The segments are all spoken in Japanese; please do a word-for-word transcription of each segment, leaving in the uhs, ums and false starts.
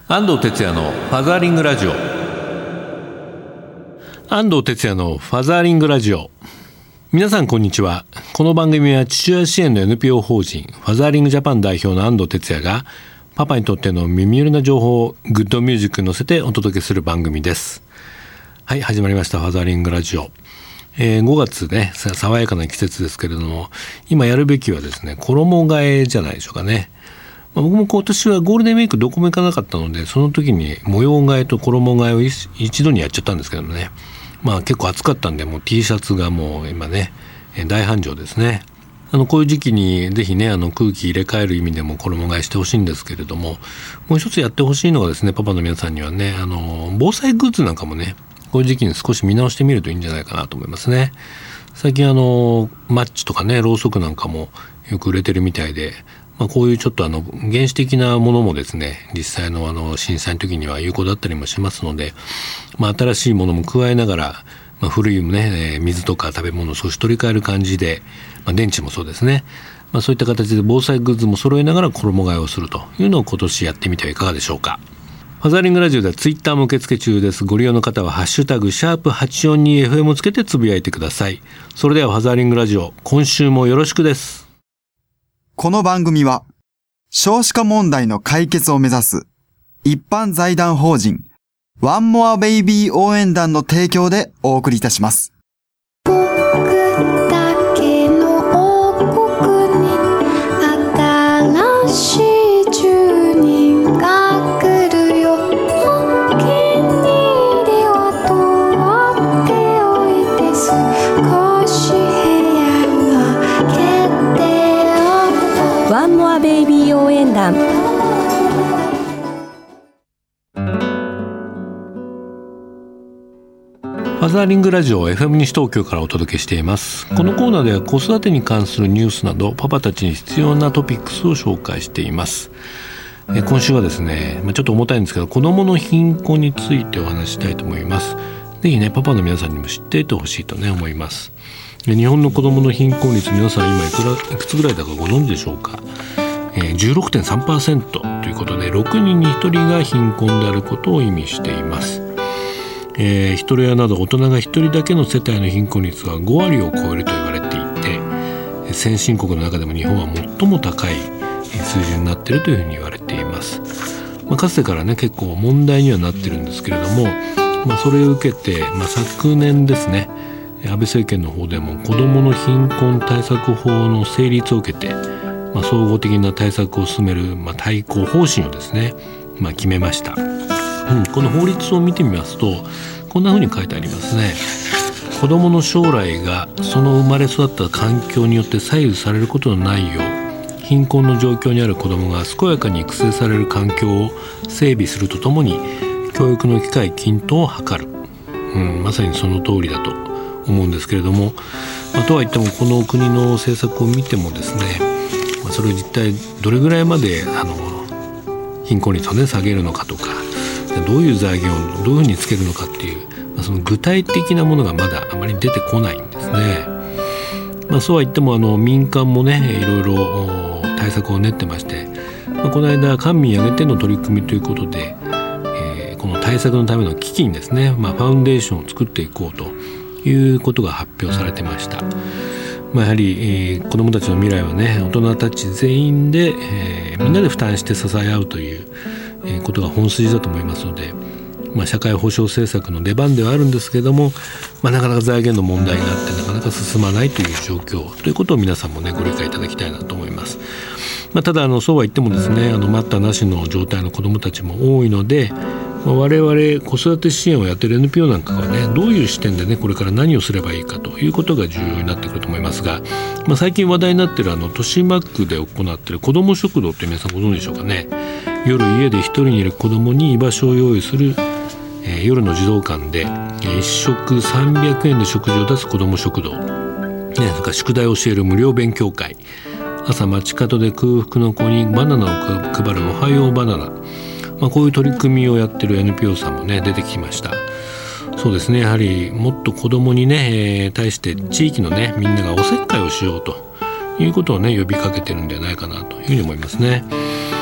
安藤哲也のファザーリングラジオ。安藤哲也のファザーリングラジオ。皆さんこんにちは。この番組は父親支援の エヌピーオー 法人ファザーリングジャパン代表の安藤哲也がパパにとっての耳寄りな情報をグッドミュージックに乗せてお届けする番組です。はい、始まりましたファザーリングラジオ。えー、ごがつね、爽やかな季節ですけれども、今やるべきはですね、衣替えじゃないでしょうかね。まあ、僕も今年はゴールデンウィークどこも行かなかったので、その時に模様替えと衣替えを一度にやっちゃったんですけどもね、まあ結構暑かったんで、もう T シャツがもう今ね大繁盛ですね。あのこういう時期にぜひね、あの空気入れ替える意味でも衣替えしてほしいんですけれども、もう一つやってほしいのがですね、パパの皆さんにはね、あの防災グッズなんかもね、こういう時期に少し見直してみるといいんじゃないかなと思いますね。最近あのマッチとかね、ろうそくなんかもよく売れてるみたいで、まあ、こういうちょっとあの原始的なものもですね、実際のあの震災の時には有効だったりもしますので、まあ、新しいものも加えながら、まあ、古いね、水とか食べ物を少し取り替える感じで、まあ、電池もそうですね、まあ、そういった形で防災グッズも揃えながら衣替えをするというのを今年やってみてはいかがでしょうか。ファザーリングラジオではツイッターも受付中です。ご利用の方はハッシュタグシャープはちよんにエフエム をつけてつぶやいてください。それではファザーリングラジオ、今週もよろしくです。 この番組は少子化問題の解決を目指す一般財団法人ワンモアベイビー応援団の提供でお送りいたします。 僕だけの王国に新しい住人が来るよ。お気に入りは取っておいて、少し部屋は決定を。ワンモアベイビー応援団。 ファザーリングラジオを エフエム 西東京からお届けしています。このコーナーでは子育てに関するニュースなどパパたちに必要なトピックスを紹介しています。え今週はですね、ちょっと重たいんですけど、子どもの貧困についてお話したいと思います。ぜひね、パパの皆さんにも知っていてほしいとね思います。日本の子どもの貧困率、皆さん今いくらいくつぐらいだかご存知でしょうか。えー、じゅうろくてんさんパーセント ということで、ろくにんにひとりが貧困であることを意味しています。えー、一人親など大人が一人だけの世帯の貧困率はごわりを超えると言われていて、先進国の中でも日本は最も高い水準になっているというふうに言われています。まあ、かつてからね、結構問題にはなってるんですけれども、まあ、それを受けて、まあ、昨年ですね、安倍政権の方でも子どもの貧困対策法の成立を受けて、まあ、総合的な対策を進める、まあ、対抗方針をですね、まあ、決めました。うん、この法律を見てみますと、こんな風に書いてありますね。子どもの将来がその生まれ育った環境によって左右されることのないよう、貧困の状況にある子どもが健やかに育成される環境を整備するとともに、教育の機会均等を図る、うん、まさにその通りだと思うんですけれども、まあ、とはいってもこの国の政策を見てもですね、まあ、それを実態どれぐらいまであの貧困率をね下げるのかとか、どういう財源をどういうふうにつけるのかっていう、まあ、その具体的なものがまだあまり出てこないんですね。まあ、そうは言ってもあの民間もね、いろいろ対策を練ってまして、まあ、この間官民挙げての取り組みということで、えー、この対策のための基金ですね、まあ、ファウンデーションを作っていこうということが発表されてました。まあ、やはり、えー、子どもたちの未来はね、大人たち全員で、えー、みんなで負担して支え合うということが本筋だと思いますので、まあ、社会保障政策の出番ではあるんですけれども、まあ、なかなか財源の問題があってなかなか進まないという状況ということを皆さんもねご理解いただきたいなと思います。まあ、ただあのそうは言ってもですね、あの待ったなしの状態の子どもたちも多いので、まあ、我々子育て支援をやっている エヌピーオー なんかはね、どういう視点でねこれから何をすればいいかということが重要になってくると思いますが、まあ、最近話題になっているあの豊島区で行っている子ども食堂って皆さんご存知でしょうかね。夜家で一人にいる子どもに居場所を用意する、えー、夜の児童館で、えー、一食さんびゃくえんで食事を出す子ども食堂、ね、それから宿題を教える無料勉強会、朝街角で空腹の子にバナナを配るおはようバナナ、まあ、こういう取り組みをやってる エヌピーオー さんもね出てきました。そうですね、やはりもっと子どもにね、えー、対して地域のねみんながおせっかいをしようということをね呼びかけてるんじゃないかなというふうに思いますね。ま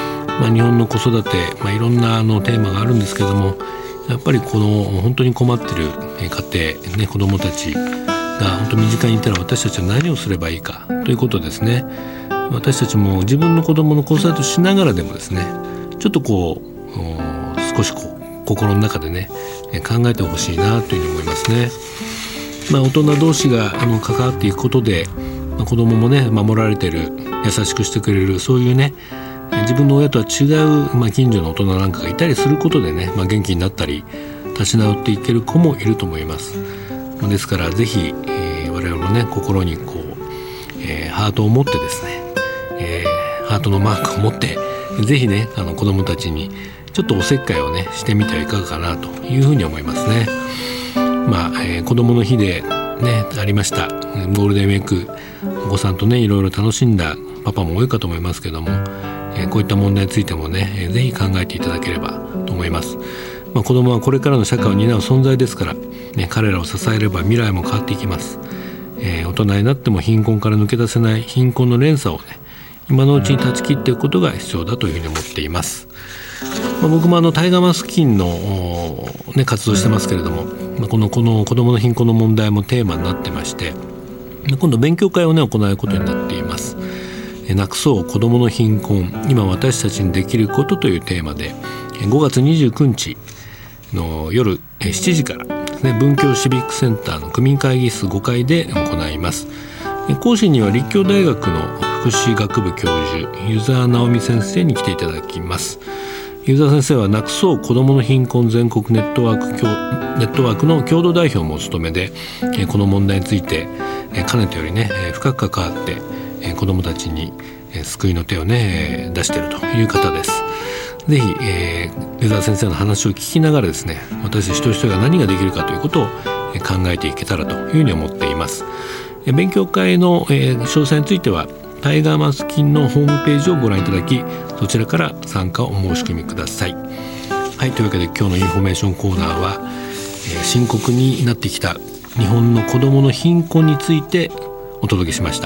まあ、日本の子育て、まあ、いろんなあのテーマがあるんですけども、やっぱりこの本当に困ってる家庭、ね、子どもたちが本当身近にいたら私たちは何をすればいいかということですね。私たちも自分の子どもの子育てをしながらでもですね、ちょっとこう少しこう心の中でね考えてほしいなというふうに思いますね。まあ、大人同士があの関わっていくことで、まあ、子どももね守られてる、優しくしてくれる、そういうね自分の親とは違う、まあ、近所の大人なんかがいたりすることでね、まあ、元気になったり立ち直っていける子もいると思います。ですからぜひ、えー、我々もね心にこう、えー、ハートを持ってですね、えー、ハートのマークを持ってぜひねあの子どもたちにちょっとおせっかいをねしてみてはいかがかなというふうに思いますね。まあ、えー、子どもの日でねありましたゴールデンウィーク、お子さんとねいろいろ楽しんだパパも多いかと思いますけども、えー、こういった問題についてもね、えー、ぜひ考えていただければと思います。まあ、子どもはこれからの社会を担う存在ですから、ね、彼らを支えれば未来も変わっていきます。えー、大人になっても貧困から抜け出せない貧困の連鎖をね今のうちに断ち切っていくことが必要だというふうに思っています。まあ、僕もあのタイガーマスキンの、ね、活動してますけれども、まあ、このこの子どもの貧困の問題もテーマになってまして、今度勉強会をね行うことになっています。なくそう子どもの貧困、今私たちにできることというテーマでごがつにじゅうくにちの夜しちじからですね、文教シビックセンターの区民会議室ごかいで行います。講師には立教大学の福祉学部教授湯沢直美先生に来ていただきます。湯沢先生はなくそう子どもの貧困全国ネットワークネットワークの共同代表もお務めで、この問題についてかねてよりね深く関わって子どもたちに救いの手をね出しているという方です。ぜひ、えー、湯沢先生の話を聞きながらですね、私一人一人が何ができるかということを考えていけたらというふうに思っています。勉強会の、えー、詳細についてはタイガーマスキンのホームページをご覧いただき、そちらから参加をお申し込みください。はい、というわけで今日のインフォメーションコーナーは、えー、深刻になってきた日本の子どもの貧困についてお届けしました。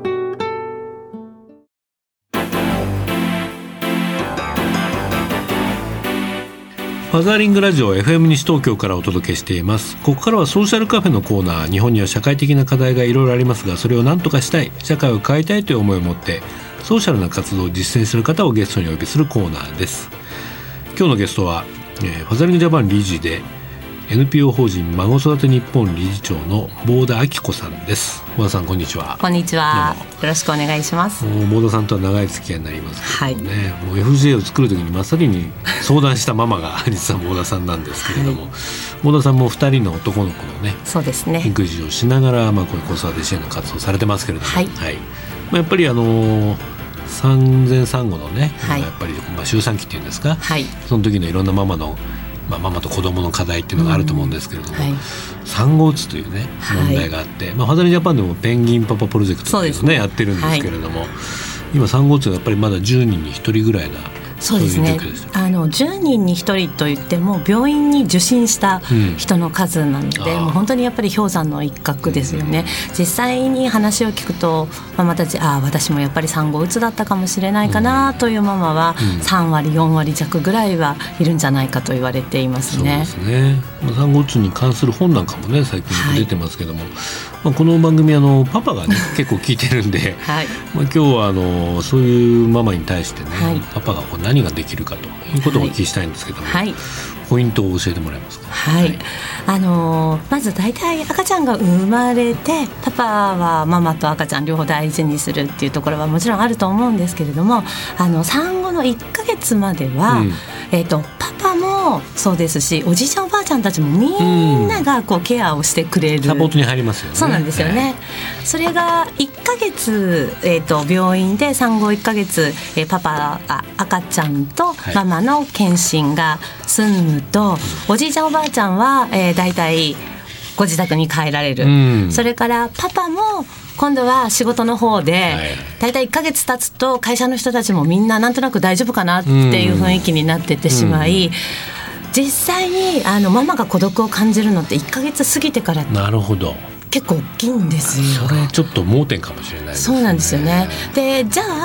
ファザーリングラジオ エフエム 西東京からお届けしています。ここからはソーシャルカフェのコーナー。日本には社会的な課題がいろいろありますが、それを何とかしたい、社会を変えたいという思いを持ってソーシャルな活動を実践する方をゲストにお呼びするコーナーです。今日のゲストは、えー、ファザーリングジャパン理事で エヌピーオー 法人孫育て日本理事長の坊田明子さんです。坊田さん、こんにちは。 こんにちは。よろしくお願いします。 もう坊田さんとは長い付き合いになりますけどね、はい、もう エフジェー を作るときに真っ先に相談したママが実は坊田さんなんですけれども、はい、坊田さんもふたりの男の子のね、 そうですね、 育児をしながら、まあ、こういう子育て支援の活動をされてますけれども、 はいはい、まあ、やっぱりあのー産前産後のね、 はい、 やっぱり、まあ、周産期っていうんですか、 はい、 その時のいろんなママの、まあ、ママと子供の課題っていうのがあると思うんですけれども、 うんはい、 産後うつというね問題があって、はい、まあ、ファザリンジャパンでもペンギンパパプロジェクトっていうのを、ね、やってるんですけれども、はい、今産後うつがやっぱりまだじゅうにんにひとりぐらいな、 そうですね、あのじゅうにんにひとりといっても病院に受診した人の数なので、うん、もう本当にやっぱり氷山の一角ですよね、うん、実際に話を聞くと、まあ、またあ私もやっぱり産後うつだったかもしれないかなというママはさんわりよんわり弱ぐらいはいるんじゃないかと言われていますね。 そうですね、まあ、産後うつに関する本なんかもね最近出てますけども、はい、まあ、この番組あのパパが、ね、結構聞いてるんで、はい、まあ、今日はあのそういうママに対してね、はい、パパがこう何ができるかということをお聞きしたいんですけども、はい、ポイントを教えてもらえますか。 はい、はい、あのー、まず大体赤ちゃんが生まれてパパはママと赤ちゃん両方大事にするっていうところはもちろんあると思うんですけれども、あの産後のいっかげつまでは、うん、えーと、パパもそうですしおじいちゃんおばあちゃんたちもみんながこうケアをしてくれる、 サポートに入りますよね。 そうなんですよね、はい、それがいっかげつ、えーと、病院で産後いっかげつ、えー、パパあ赤ちゃんとママの検診が済むと、はい、おじいちゃんおばあちゃんは、えー、だいたいご自宅に帰られる、うん、それからパパも今度は仕事の方でだいたいいっかげつ経つと会社の人たちもみんななんとなく大丈夫かなっていう雰囲気になってってしまい、うん、実際にあのママが孤独を感じるのっていっかげつ過ぎてから。 なるほど、 結構大きいんですよ。 それちょっと盲点かもしれないですね。 そうなんですよね。でじゃあ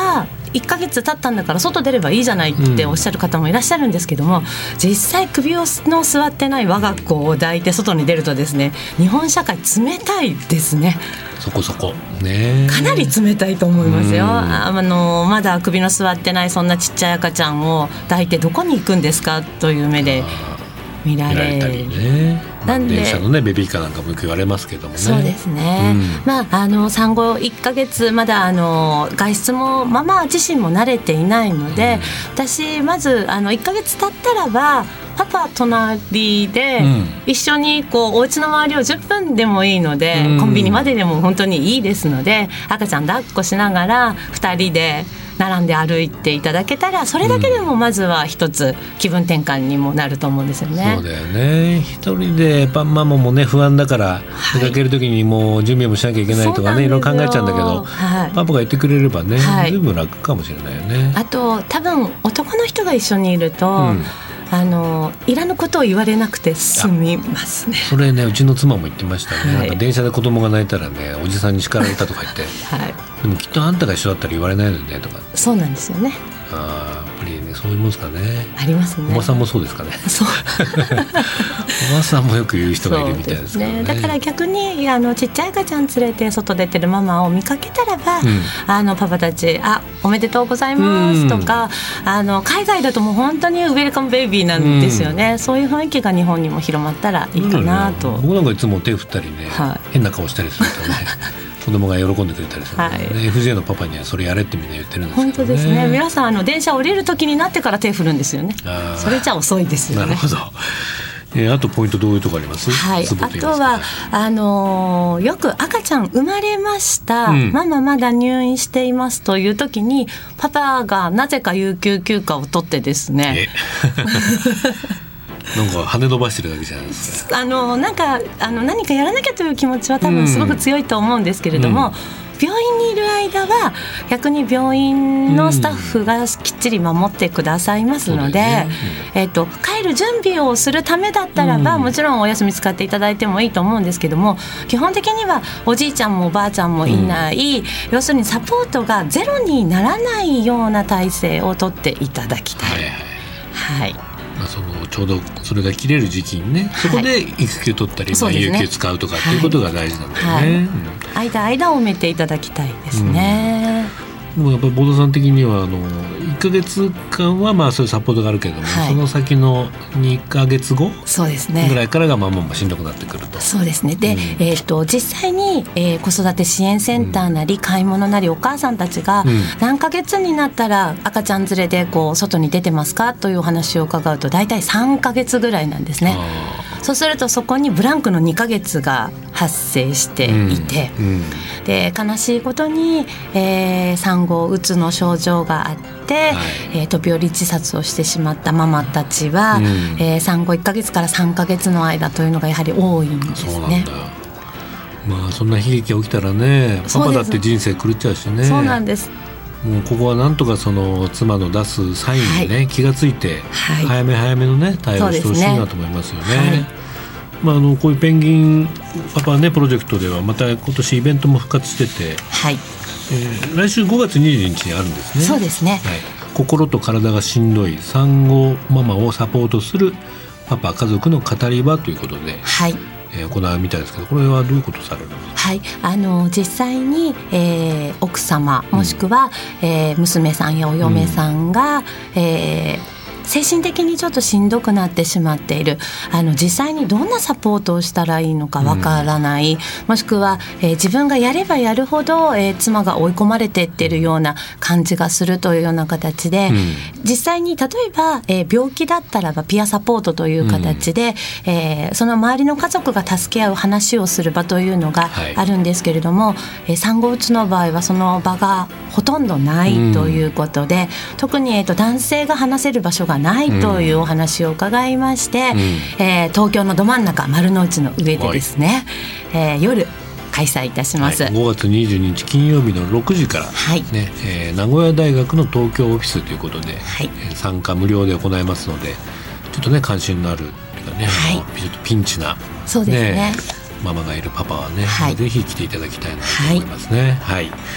いっかげつ経ったんだから外出ればいいじゃないっておっしゃる方もいらっしゃるんですけども、うん、実際首をの座ってない我が子を抱いて外に出るとですね、日本社会冷たいですね。 そこそこね、 かなり冷たいと思いますよ。あのまだ首の座ってないそんなちっちゃい赤ちゃんを抱いてどこに行くんですかという目で見られ, 見られたりね、なんで電車のねベビーカーなんかもよく言われますけどもね。 そうですね、うん、まあ、あの産後いっかげつまだあの外出もママ自身も慣れていないので、うん、私まずあのいっかげつ経ったらばパパ隣で一緒にこうお家の周りをじゅっぷんでもいいので、うん、コンビニまででも本当にいいですので、赤ちゃん抱っこしながらふたりで並んで歩いていただけたら、それだけでもまずは一つ気分転換にもなると思うんですよね。 そうだよね。一人でパンママもね不安だから出かける時にもう準備もしなきゃいけないとかね、いろいろ考えちゃうんだけど、はい、パパが言ってくれればね、はい、随分楽かもしれないよね。 あと多分男の人が一緒にいると、うん、あのいらぬことを言われなくて済みますね。 それね、うちの妻も言ってましたね、はい、なんか電車で子供が泣いたらね、おじさんに叱られたとか言って、はい、でもきっとあんたが一緒だったら言われないのねとか。 そうなんですよね。 あ、やっぱりね、そういうもんですかね。 ありますね。 おばさんもそうですかね。そうおばさんもよく言う人がいるみたいですけど ね, ね。だから逆にあのちっちゃい赤ちゃん連れて外出てるママを見かけたらば、うん、あのパパたちあおめでとうございますとか、うん、あの海外だともう本当にウェルカムベイビーなんですよね、うん、そういう雰囲気が日本にも広まったらいいかなと、 うん、僕なんかいつも手振ったりね、はい、変な顔したりするとね子供が喜んでくれたりするので、ね、はい、エフジェー のパパにはそれやれってみんな言ってるんですけどね。 本当ですね。皆さんあの電車降りる時になってから手振るんですよね。それじゃ遅いですよね。 なるほど。えー、あとポイントどういうところあります？ はい、あとはあのー、よく赤ちゃん生まれました、うん、ママまだ入院していますという時にパパがなぜか有給休暇を取ってですねなんか跳ね伸ばしてるだけじゃないですか。 あのなんかあの何かやらなきゃという気持ちは多分すごく強いと思うんですけれども、うん、病院にいる間は逆に病院のスタッフがきっちり守ってくださいますので、うんね、うん、えーと、帰る準備をするためだったらば、うん、もちろんお休み使っていただいてもいいと思うんですけども、基本的にはおじいちゃんもおばあちゃんもいない、うん、要するにサポートがゼロにならないような体制を取っていただきたい。はい、はい、 まあ、そのちょうどそれが切れる時期にね、そこで育休取ったり、はい、まあ、有給使うとかっていうことが大事なんだよね、はいはい、うん、 間間を埋めていただきたいですね、 うん、でもやっぱりボードさん的にはあのいっかげつかんはまあそういうサポートがあるけれども、はい、その先のにかげつごそうですねぐらいからがまあもうしんどくなってくると。 そうですね。で、うん、えー、と実際に、えー、子育て支援センターなり、うん、買い物なりお母さんたちが、うん、何ヶ月になったら赤ちゃん連れでこう外に出てますかというお話を伺うと大体さんかげつぐらいなんですね。そうするとそこにブランクのにかげつが発生していて、うんうん、で悲しいことに、えー、産後うつの症状があって、はい、えー、飛び降り自殺をしてしまったママたちは、うん、えー、産後いっかげつからさんかげつの間というのがやはり多いんですね。 そうなんだ。まあそんな悲劇が起きたらね、パパだって人生狂っちゃうしね。 そうなんです。 もうここはなんとかその妻の出すサインにね、はい、気がついて、はい、早め早めのね対応してほしいなと思いますよね。はい、まあ、あのこういうペンギンパパねプロジェクトではまた今年イベントも復活してて、はい、えー、来週ごがつにじゅうににちにあるんですね。 そうですね、はい、 心と体がしんどい産後ママをサポートするパパ家族の語り場ということで、はい、えー、行うみたいですけど、これはどういうことされるんですか？ はい、あの実際に、えー、奥様もしくは、うん、えー、娘さんやお嫁さんが、うん、えー精神的にちょっとしんどくなってしまっている、あの実際にどんなサポートをしたらいいのかわからない、うん、もしくは、えー、自分がやればやるほど、えー、妻が追い込まれていってるような感じがするというような形で、うん、実際に例えば、えー、病気だったらばピアサポートという形で、うん、えー、その周りの家族が助け合う話をする場というのがあるんですけれども、はい、えー、産後うつの場合はその場がほとんどないということで、うん、特に、えーと、男性が話せる場所がないというお話を伺いまして、うん、えー、東京のど真ん中丸の内の上でですね、はい、えー、夜開催いたします、はい、 ごがつにじゅうににち金曜日のろくじから、はい、ね、えー、名古屋大学の東京オフィスということで、はい、えー、参加無料で行いますので、ちょっとね関心のあるというかね、はい、ちょっとピンチな、 そうですね、 ママがいるパパはね、はい、ぜひ来ていただきたいなと思いますね。はい、はい、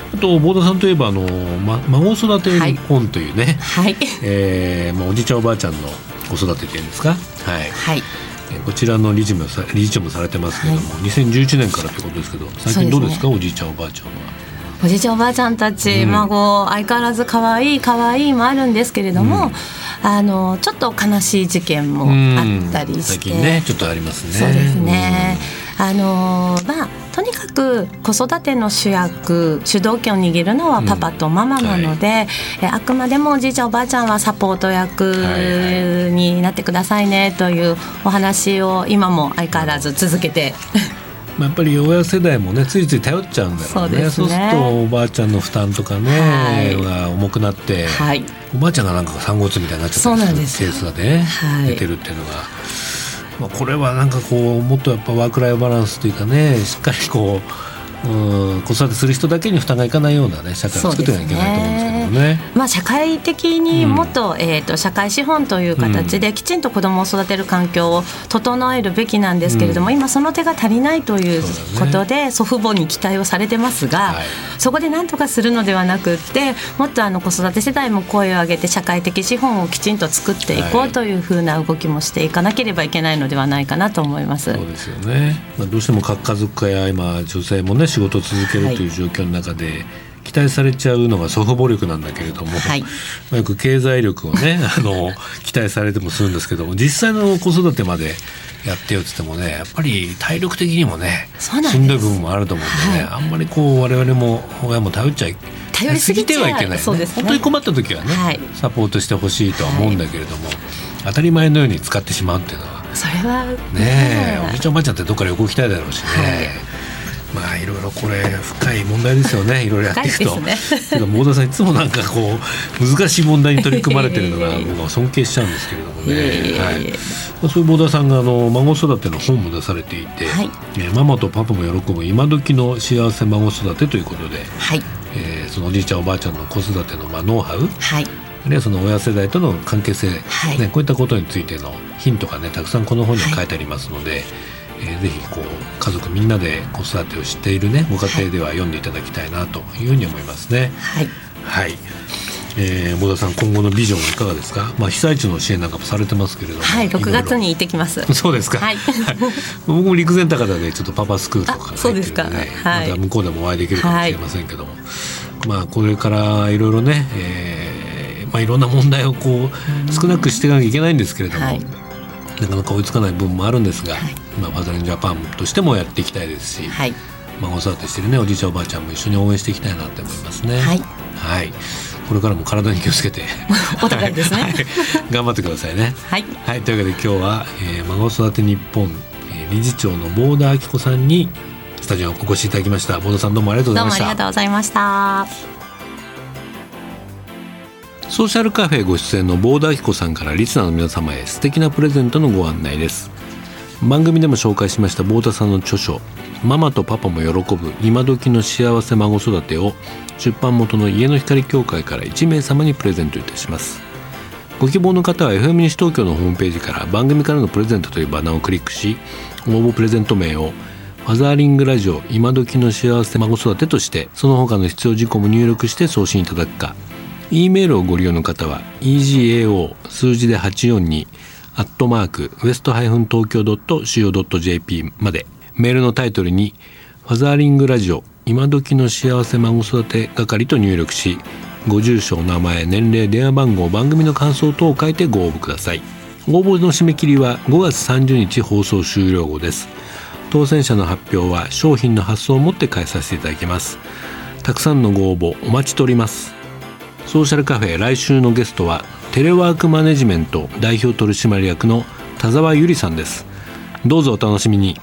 あと坊田さんといえばあの、ま、孫育て本というね、 はい、 えーまあ、おじいちゃんおばあちゃんの子育てっていうんですか、はいはい、 えー、こちらの理事もさ理事長もされてますけども、はい、にせんじゅういちねんからということですけど、最近どうですか、おじいちゃんおばあちゃんは。 おじいちゃんおばあちゃんたち、うん、孫相変わらず可愛い可愛いもあるんですけれども、うん、あのちょっと悲しい事件もあったりして、うん、 最近ねちょっとありますね。 そうですね、うん、あのまあとにかく子育ての主役主導権を握るのはパパとママなので、うんはい、えあくまでもおじいちゃんおばあちゃんはサポート役になってくださいねというお話を今も相変わらず続けてやっぱり親世代もねついつい頼っちゃうんだろうね。そうですね。そうするとおばあちゃんの負担とかね、はい、が重くなって、はい、おばあちゃんがなんか産後うつみたいになっちゃったりするケースがね、はい、出てるっていうのが、まあ、これはなんかこうもっとやっぱワークライフバランスというかね、しっかりこううん子育てする人だけに負担がいかないような、ね、社会を作っていかなきゃいけないと思うんですけどもね。 まあ、社会的にもっと、うんえー、と社会資本という形できちんと子どもを育てる環境を整えるべきなんですけれども、うん、今その手が足りないということで、ね、祖父母に期待をされてますが、はい、そこで何とかするのではなくってもっとあの子育て世代も声を上げて社会的資本をきちんと作っていこうというふうな動きもしていかなければいけないのではないかなと思います。 そうですよね、まあ、どうしても核家族化や今女性もね仕事を続けるという状況の中で、はい、期待されちゃうのが祖父母力なんだけれども、はいまあ、よく経済力をねあの期待されてもするんですけども、実際の子育てまでやってよって言ってもねやっぱり体力的にもねしんどい部分もあると思うんでね、はい、あんまりこう我々も親も頼っちゃい頼りすぎてはいけない、ね、そうですね、 本当に困った時はね、はい、サポートしてほしいとは思うんだけれども、はい、当たり前のように使ってしまうっていうのはそれはねえおじいちゃんおばあちゃんってどっから横来たいだろうしね、はいまあいろいろこれ深い問題ですよね。いろいろやっていくと。深いですね。坊田さんいつもなんかこう難しい問題に取り組まれてるのが僕は尊敬しちゃうんですけれどもね。はい。まあ、そういう坊田さんがあの孫育ての本も出されていて、はいえー、ママとパパも喜ぶ今時の幸せ孫育てということで、はいえー、そのおじいちゃんおばあちゃんの子育てのまあノウハウ、はい、あるいはその親世代との関係性、はいね、こういったことについてのヒントがねたくさんこの本に書いてありますので。はいえー、ぜひこう家族みんなで子育てをしている、ね、ご家庭では読んでいただきたいなというふうに思いますね。はい、はいえー、坊田さん今後のビジョンはいかがですか。まあ、被災地の支援なんかもされてますけれども、 はい、ろくがつに行ってきます。 そうですか、はいはい、僕も陸前高田でちょっとパパスクールとか入ってるので、ねはい、また向こうでもお会いできるかもしれませんけども、はいまあ、これからいろいろね、えーまあ、いろんな問題をこう少なくしていかなきゃいけないんですけれども、はいなかなか追いつかない部分もあるんですが、はいまあ、ファザリングジャパンとしてもやっていきたいですし、はいまあ、子育てしてる、ね、おじいちゃんおばあちゃんも一緒に応援していきたいなと思いますね。はい、はい、これからも体に気をつけてお互いですね、はい、 頑張ってくださいね。はい、はい、というわけで今日は、えー、孫育て日本、えー、理事長の坊田明子さんにスタジオにお越しいただきました。坊田さんどうもありがとうございました。 どうもありがとうございました。 ソーシャルカフェご出演の坊田明子さんからリスナーの皆様へ素敵なプレゼントのご案内です。番組でも紹介しました坊田さんの著書ママとパパも喜ぶ今時の幸せ孫育てを出版元の家の光協会からいちめいさまにプレゼントいたします。ご希望の方は エフエム 西東京のホームページから番組からのプレゼントというバナーをクリックし応募プレゼント名をファザーリングラジオ今時の幸せ孫育てとしてその他の必要事項も入力して送信いただくかE メールをご利用の方は イージーエーオー 数字ではちよんにアットマークウエストハイフン東京ドットシーオードットジェーピー までメールのタイトルにファザーリングラジオ今時の幸せ孫育て係と入力しご住所お名前年齢電話番号番組の感想等を書いてご応募ください。応募の締め切りはごがつさんじゅうにち放送終了後です。当選者の発表は商品の発送をもって返させていただきます。たくさんのご応募お待ちしております。ソーシャルカフェ来週のゲストはテレワークマネジメント代表取締役の田沢由里さんです。どうぞお楽しみに。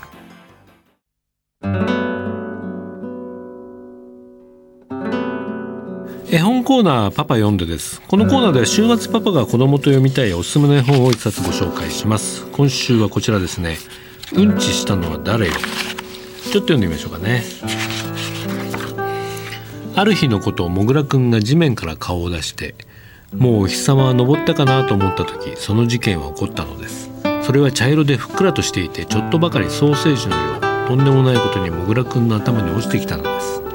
絵本コーナーパパ読んでです。このコーナーでは週末パパが子供と読みたいおすすめの絵本を一冊ご紹介します。今週はこちらですね。うんちしたのは誰よ。ちょっと読んでみましょうかね。ある日のことをもぐらくんが地面から顔を出してもうお日様は昇ったかなと思った時その事件は起こったのです。それは茶色でふっくらとしていてちょっとばかりソーセージのようとんでもないことにもぐらくんの頭に落ちてきたのです。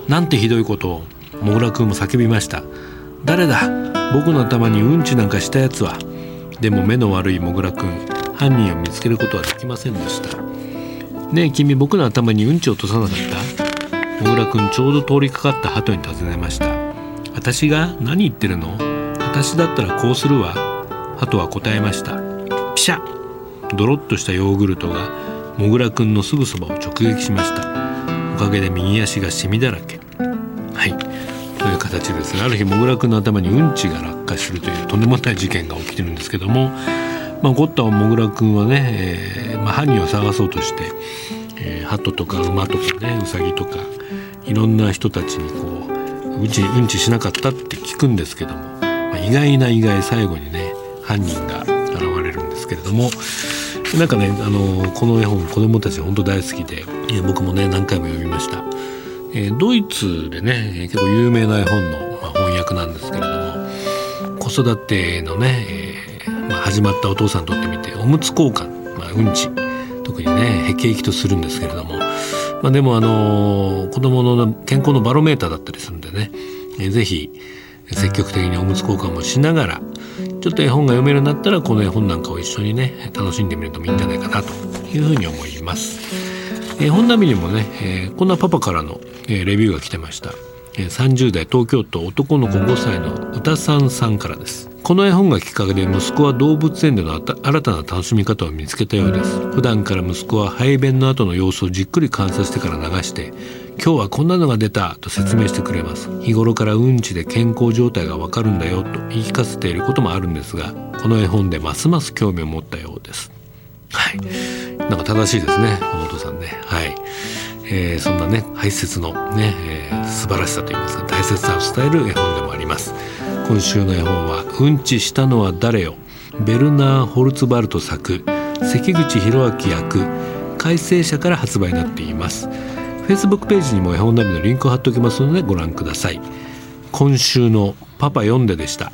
なんてひどいことを。もぐらくんも叫びました。誰だ、僕の頭にうんちなんかしたやつは。でも目の悪いもぐらくん、犯人を見つけることはできませんでした。ねえ君、僕の頭にうんちを落とさなかった？もぐらくんちょうど通りかかった鳩に尋ねました。私が？何言ってるの？私だったらこうするわ。鳩は答えました。ピシャッ。ドロッとしたヨーグルトがもぐらくんのすぐそばを直撃しました。おかげで右足がシミだらけ。はい、という形ですが、ある日もぐらくんの頭にうんちが落下するというとんでもない事件が起きてるんですけども、まあ、怒ったもぐらくんはね、えーまあ、犯人を探そうとして、えー、鳩とか馬とかね、ウサギとかいろんな人たちにこううんち、うんちしなかったって聞くんですけども、まあ、意外な意外最後にね犯人が現れるんですけれども、なんかね、あのこの絵本子どもたち本当大好きで、えー、僕もね何回も読みました。えー、ドイツでね結構有名な絵本の、まあ、翻訳なんですけれども、子育てのね、えーまあ、始まったお父さんにとってみておむつ交換、まあ、うんち特にねへきへきとするんですけれども、まあ、でもあのー、子どもの健康のバロメーターだったりするんでね、えー、ぜひ積極的におむつ交換もしながら、ちょっと絵本が読めるようになったらこの絵本なんかを一緒にね楽しんでみるといいんじゃないかなというふうに思います。えー、本並にもね、えー、こんなパパからの、えー、レビューが来てました。えー、さんじゅう代東京都男の子ごさいの歌さんさんからです。この絵本がきっかけで息子は動物園での新たな楽しみ方を見つけたようです。普段から息子は排便の後の様子をじっくり観察してから流して、今日はこんなのが出たと説明してくれます。日頃からうんちで健康状態がわかるんだよと言い聞かせていることもあるんですが、この絵本でますます興味を持ったようです。はい、なんか正しいですね、このお父さんね。はい、えー、そんなね排泄のね、えー、素晴らしさといいますか大切さを伝える絵本でもあります。今週の絵本はうんちしたのは誰よ、ベルナー・ホルツバルト作、関口博明役、改正社から発売になっています。 Facebook ページにも絵本ナビのリンクを貼っておきますのでご覧ください。今週のパパ読んででした。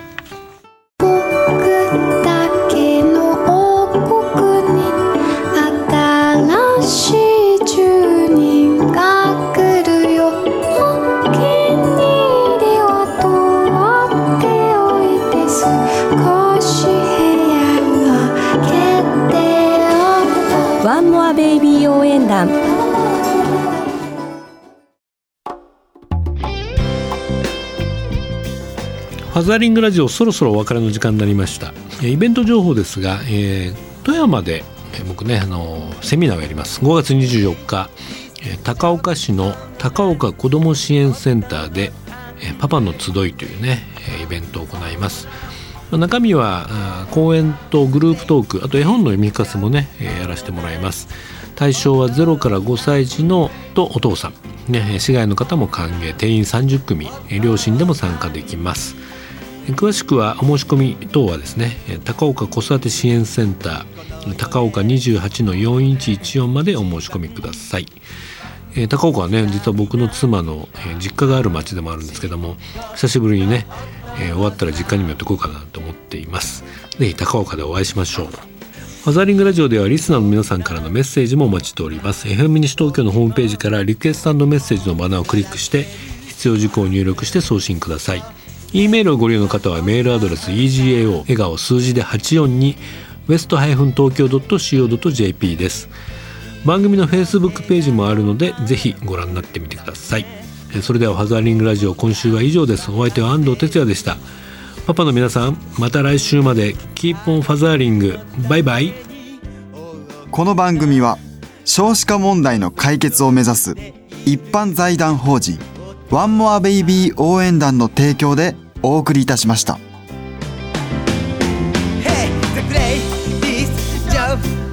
ワンモアベイビー応援団。ファザーリングラジオ、そろそろお別れの時間になりました。イベント情報ですが、えー、富山で僕ねあのセミナーをやります。ごがつにじゅうよっか、高岡市の高岡子ども支援センターでパパの集いというねイベントを行います。中身は講演とグループトーク、あと絵本の読み聞かせもねやらせてもらいます。対象はゼロからごさい児のとお父さん、ね、市外の方も歓迎、定員さんじゅっくみ、両親でも参加できます。詳しくはお申し込み等はですね、高岡子育て支援センター高岡 にじゅうはちのよんいちいちよん までお申し込みください。えー、高岡はね実は僕の妻の、えー、実家がある町でもあるんですけども、久しぶりにね、えー、終わったら実家にも寄ってこうかなと思っています。ぜひ高岡でお会いしましょう。ファザーリングラジオではリスナーの皆さんからのメッセージもお待ちしております。 エフエム 西東京のホームページからリクエスト&メッセージのバナーをクリックして必要事項を入力して送信ください。 E メールをご利用の方はメールアドレス イージーエーオー 笑顔数字ではちよんに ウエスト 東京 ドット シーオー ドット ジェーピー です。番組の Facebook ページもあるのでぜひご覧になってみてください。それではファザーリングラジオ、今週は以上です。お相手は安藤哲也でした。パパの皆さん、また来週まで。キープオンファザーリング。バイバイ。 この番組は少子化問題の解決を目指す一般財団法人ワンモアベイビー応援団の提供でお送りいたしました。 Hey, the great is Joe